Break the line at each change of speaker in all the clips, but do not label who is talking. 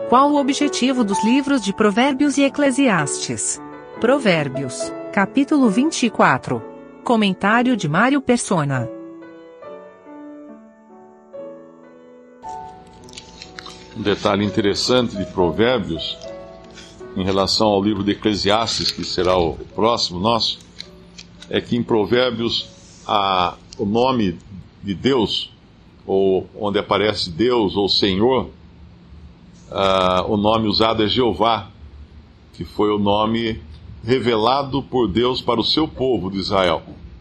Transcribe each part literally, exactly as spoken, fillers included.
Qual o objetivo dos livros de Provérbios e Eclesiastes? Provérbios, capítulo vinte e quatro. Comentário de Mário Persona.
Um detalhe interessante de Provérbios, em relação ao livro de Eclesiastes, que será o próximo nosso, é que em Provérbios a, o nome de Deus, ou onde aparece Deus ou Senhor, a, o nome usado é Jeová, que foi o nome revelado por Deus para o seu povo de Israel.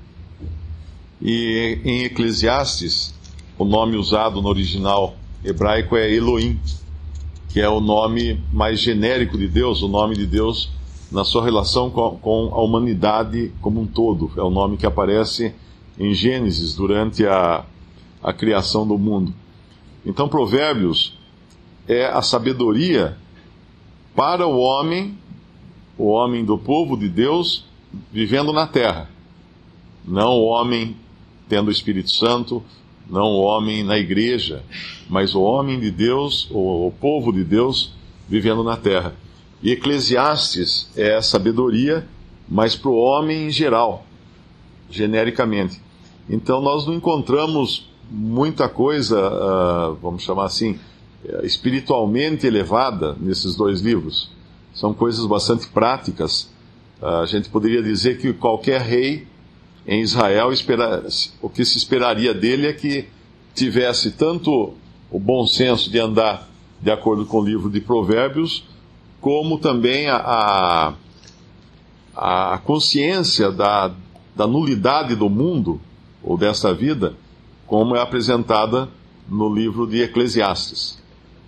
E em Eclesiastes, o nome usado no original hebraico é Elohim, que é o nome mais genérico de Deus, o nome de Deus na sua relação com, com a humanidade como um todo. É o nome que aparece em Gênesis, durante a, a criação do mundo. Então, Provérbios é a sabedoria para o homem, o homem do povo de Deus, vivendo na terra. Não o homem tendo o Espírito Santo, não o homem na igreja, mas o homem de Deus, o, o povo de Deus, vivendo na terra. E Eclesiastes é a sabedoria, mas para o homem em geral, genericamente. Então nós não encontramos muita coisa, uh, vamos chamar assim, espiritualmente elevada nesses dois livros. São coisas bastante práticas. Uh, a gente poderia dizer que qualquer rei em Israel, espera, o que se esperaria dele é que tivesse tanto o bom senso de andar de acordo com o livro de Provérbios, como também a, a, a consciência da, da nulidade do mundo, ou desta vida, como é apresentada no livro de Eclesiastes.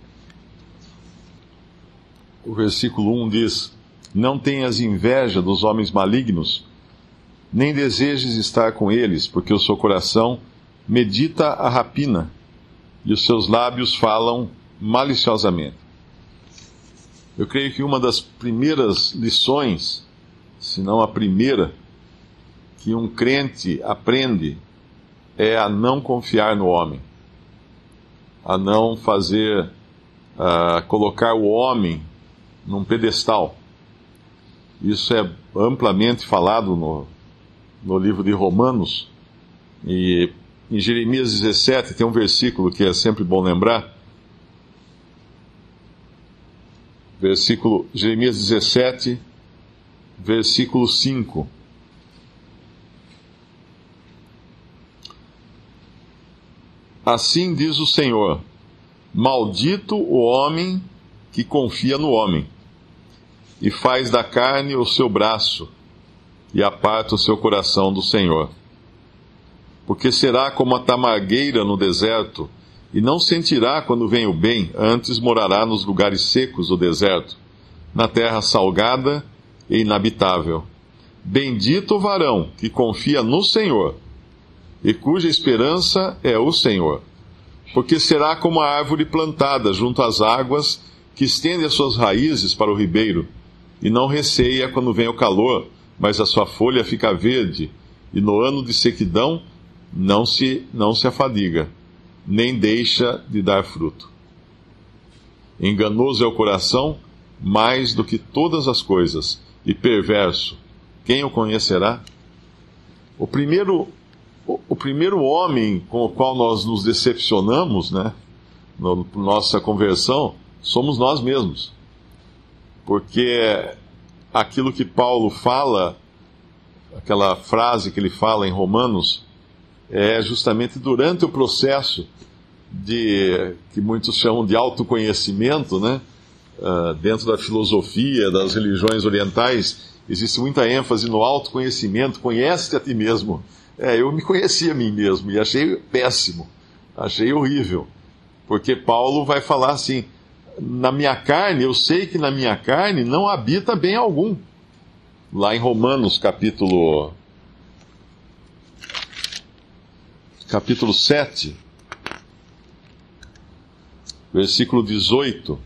O versículo um diz: não tenhas inveja dos homens malignos, nem desejes estar com eles, porque o seu coração medita a rapina, e os seus lábios falam maliciosamente. Eu creio que uma das primeiras lições, se não a primeira, que um crente aprende é a não confiar no homem, a não fazer, uh, colocar o homem num pedestal. Isso é amplamente falado no no livro de Romanos, e em Jeremias dezessete tem um versículo que é sempre bom lembrar. Versículo, Jeremias dezessete, versículo cinco. Assim diz o Senhor: maldito o homem que confia no homem, e faz da carne o seu braço, e aparta o seu coração do Senhor. Porque será como a tamargueira no deserto, e não sentirá quando vem o bem, antes morará nos lugares secos do deserto, na terra salgada e inabitável. Bendito o varão que confia no Senhor, e cuja esperança é o Senhor. Porque será como a árvore plantada junto às águas, que estende as suas raízes para o ribeiro, e não receia quando vem o calor, mas a sua folha fica verde, e no ano de sequidão não se, não se afadiga, nem deixa de dar fruto. Enganoso é o coração, mais do que todas as coisas, e perverso, quem o conhecerá? O primeiro, o, o primeiro homem com o qual nós nos decepcionamos, né, na no, nossa conversão, somos nós mesmos. Porque aquilo que Paulo fala, aquela frase que ele fala em Romanos, é justamente durante o processo de, que muitos chamam de autoconhecimento, né? Uh, dentro da filosofia, das religiões orientais, existe muita ênfase no autoconhecimento. Conhece-te a ti mesmo. É, eu me conheci a mim mesmo e achei péssimo, achei horrível, porque Paulo vai falar assim: na minha carne, eu sei que na minha carne não habita bem algum. Lá em Romanos, capítulo, capítulo sete, versículo dezoito.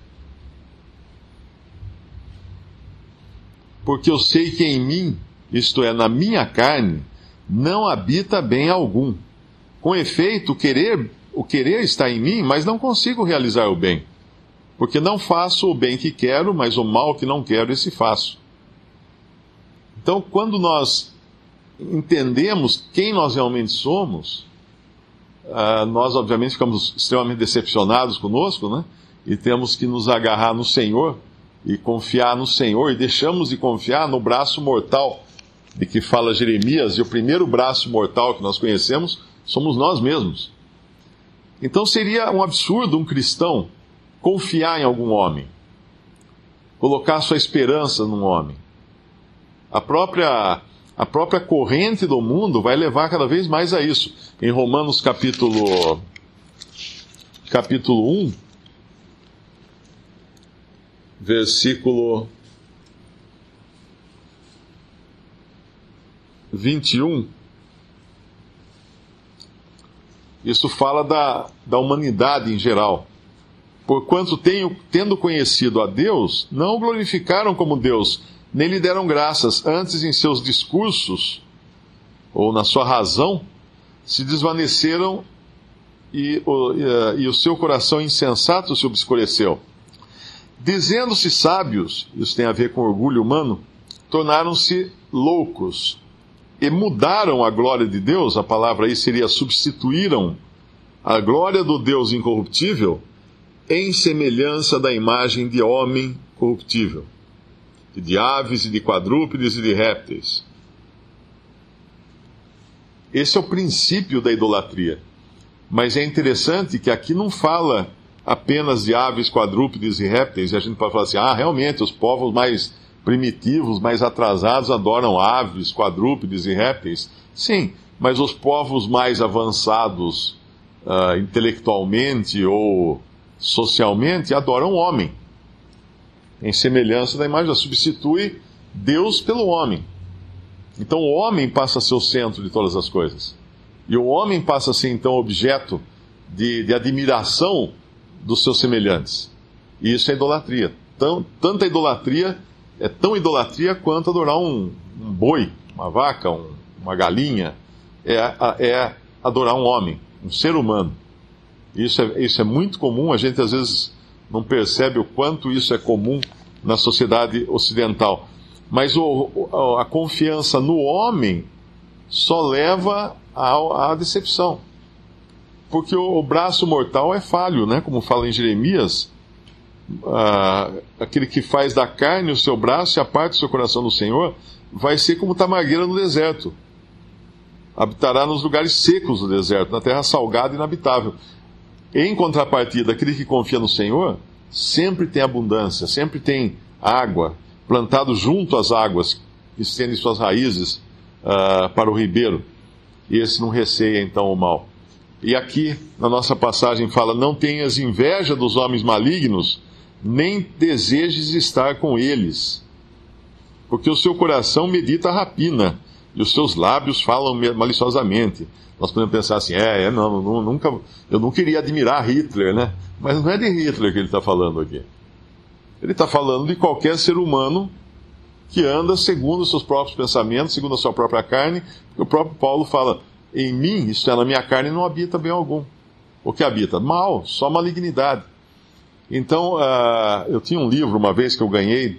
Porque eu sei que em mim, isto é, na minha carne, não habita bem algum. Com efeito, o querer, o querer está em mim, mas não consigo realizar o bem. Porque não faço o bem que quero, mas o mal que não quero, esse faço. Então, quando nós entendemos quem nós realmente somos, uh, nós obviamente ficamos extremamente decepcionados conosco, né? E temos que nos agarrar no Senhor e confiar no Senhor, e deixamos de confiar no braço mortal de que fala Jeremias, e o primeiro braço mortal que nós conhecemos somos nós mesmos. Então seria um absurdo um cristão confiar em algum homem, colocar sua esperança num homem. A própria, a própria corrente do mundo vai levar cada vez mais a isso. Em Romanos capítulo, capítulo um, versículo vinte e um, isso fala da, da humanidade em geral. Porquanto tenho, tendo conhecido a Deus, não o glorificaram como Deus, nem lhe deram graças, antes em seus discursos, ou na sua razão, se desvaneceram e o, e, e o seu coração insensato se obscureceu. Dizendo-se sábios, isso tem a ver com orgulho humano, tornaram-se loucos e mudaram a glória de Deus, a palavra aí seria substituíram a glória do Deus incorruptível em semelhança da imagem de homem corruptível, de aves e de quadrúpedes e de répteis. Esse é o princípio da idolatria. Mas é interessante que aqui não fala apenas de aves, quadrúpedes e répteis, e a gente pode falar assim, ah, realmente, os povos mais primitivos, mais atrasados, adoram aves, quadrúpedes e répteis. Sim, mas os povos mais avançados uh, intelectualmente ou socialmente adoram o homem, em semelhança da imagem, substitui Deus pelo homem. Então o homem passa a ser o centro de todas as coisas. E o homem passa a ser então objeto de, de admiração dos seus semelhantes. E isso é idolatria. Tão, tanta idolatria, é tão idolatria quanto adorar um, um boi, uma vaca, um, uma galinha. É, é adorar um homem, um ser humano. Isso é, isso é muito comum, a gente às vezes não percebe o quanto isso é comum na sociedade ocidental. Mas o, a confiança no homem só leva à, à decepção. Porque o, o braço mortal é falho, né? Como fala em Jeremias, ah, aquele que faz da carne o seu braço e aparte o seu coração do Senhor, vai ser como tamargueira no deserto. Habitará nos lugares secos do deserto, na terra salgada e inabitável. Em contrapartida, aquele que confia no Senhor sempre tem abundância, sempre tem água, plantado junto às águas, que estende suas raízes uh, para o ribeiro. E esse não receia então o mal. E aqui, na nossa passagem, fala, não tenhas inveja dos homens malignos, nem desejes estar com eles, porque o seu coração medita a rapina, e os seus lábios falam maliciosamente. Nós podemos pensar assim, é, é não, não, nunca, eu não queria admirar Hitler, né? Mas não é de Hitler que ele está falando aqui. Ele está falando de qualquer ser humano que anda segundo os seus próprios pensamentos, segundo a sua própria carne. O próprio Paulo fala, em mim, isto é, na minha carne, não habita bem algum. O que habita? Mal, só malignidade. Então, uh, eu tinha um livro uma vez que eu ganhei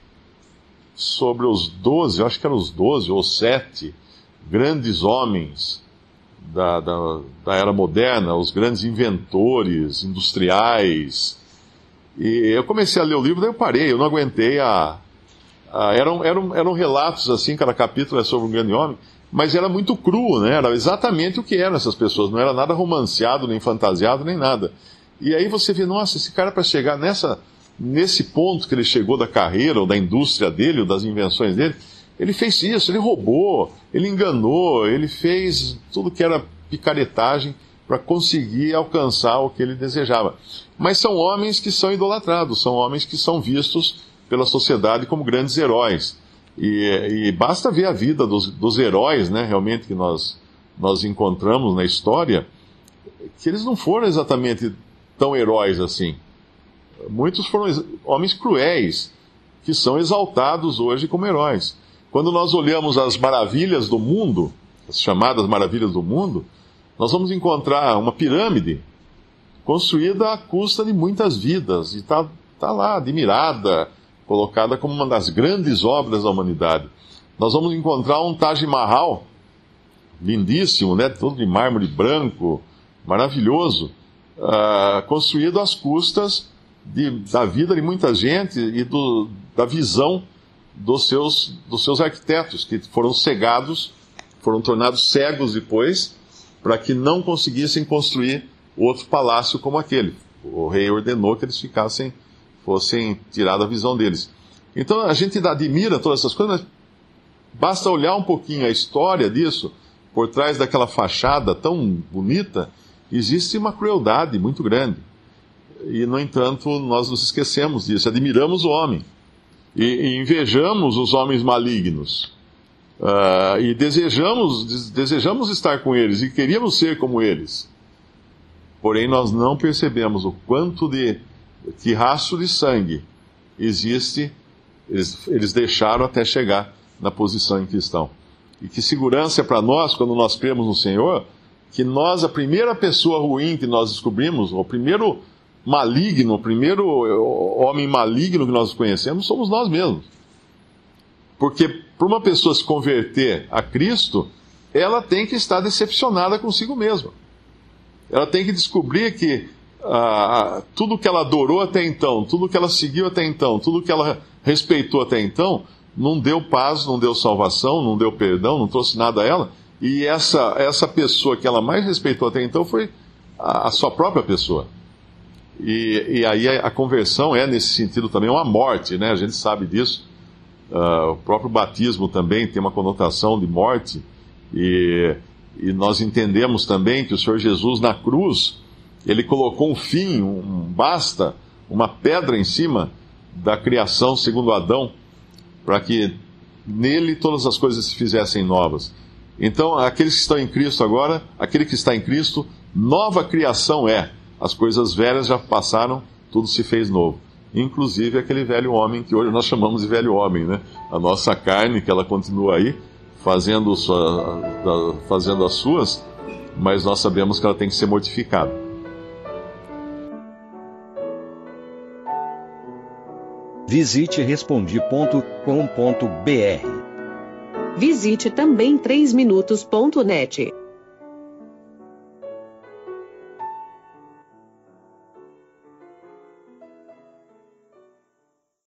sobre os doze, eu acho que eram os doze ou sete grandes homens da, da, da era moderna, os grandes inventores industriais. E eu comecei a ler o livro, daí eu parei, eu não aguentei a... a eram, eram, eram relatos assim, cada capítulo é sobre um grande homem, mas era muito cru, né? Era exatamente o que eram essas pessoas, não era nada romanceado, nem fantasiado, nem nada. E aí você vê, nossa, esse cara para chegar nessa, nesse ponto que ele chegou da carreira, ou da indústria dele, ou das invenções dele, ele fez isso, ele roubou, ele enganou, ele fez tudo que era picaretagem para conseguir alcançar o que ele desejava. Mas são homens que são idolatrados, são homens que são vistos pela sociedade como grandes heróis. E, e basta ver a vida dos, dos heróis, né, realmente, que nós, nós encontramos na história, que eles não foram exatamente tão heróis assim. Muitos foram homens cruéis, que são exaltados hoje como heróis. Quando nós olhamos as maravilhas do mundo, as chamadas maravilhas do mundo, nós vamos encontrar uma pirâmide construída à custa de muitas vidas, e está tá lá, admirada, colocada como uma das grandes obras da humanidade. Nós vamos encontrar um Taj Mahal, lindíssimo, né? Todo de mármore branco, maravilhoso, uh, construído às custas de, da vida de muita gente e do, da visão dos seus, dos seus arquitetos, que foram cegados, foram tornados cegos depois, para que não conseguissem construir outro palácio como aquele. O rei ordenou que eles ficassem, fossem tirados a visão deles. Então a gente admira todas essas coisas, mas basta olhar um pouquinho a história disso. Por trás daquela fachada tão bonita, existe uma crueldade muito grande. E, no entanto, nós nos esquecemos disso, admiramos o homem. E, e invejamos os homens malignos. Uh, e desejamos, desejamos estar com eles, e queríamos ser como eles. Porém, nós não percebemos o quanto de, que rastro de sangue existe, eles, eles deixaram até chegar na posição em que estão. E que segurança é para nós, quando nós cremos no Senhor, que nós, a primeira pessoa ruim que nós descobrimos, o primeiro maligno, o primeiro homem maligno que nós conhecemos, somos nós mesmos. Porque para uma pessoa se converter a Cristo, ela tem que estar decepcionada consigo mesma. Ela tem que descobrir que ah, tudo que ela adorou até então, tudo que ela seguiu até então, tudo que ela respeitou até então, não deu paz, não deu salvação, não deu perdão, não trouxe nada a ela. E essa, essa pessoa que ela mais respeitou até então foi a, a sua própria pessoa. E, e aí a, a conversão é, nesse sentido, também uma morte, né? A gente sabe disso. Uh, o próprio batismo também tem uma conotação de morte. E, e nós entendemos também que o Senhor Jesus, na cruz, ele colocou um fim, um, um basta, uma pedra em cima da criação segundo Adão, para que nele todas as coisas se fizessem novas. Então, aqueles que estão em Cristo agora, aquele que está em Cristo, nova criação é. As coisas velhas já passaram, tudo se fez novo. Inclusive aquele velho homem que hoje nós chamamos de velho homem, né? A nossa carne, que ela continua aí, fazendo, sua, fazendo as suas, mas nós sabemos que ela tem que ser mortificada.
Visite respondi ponto com ponto br.
Visite também três minutos ponto net.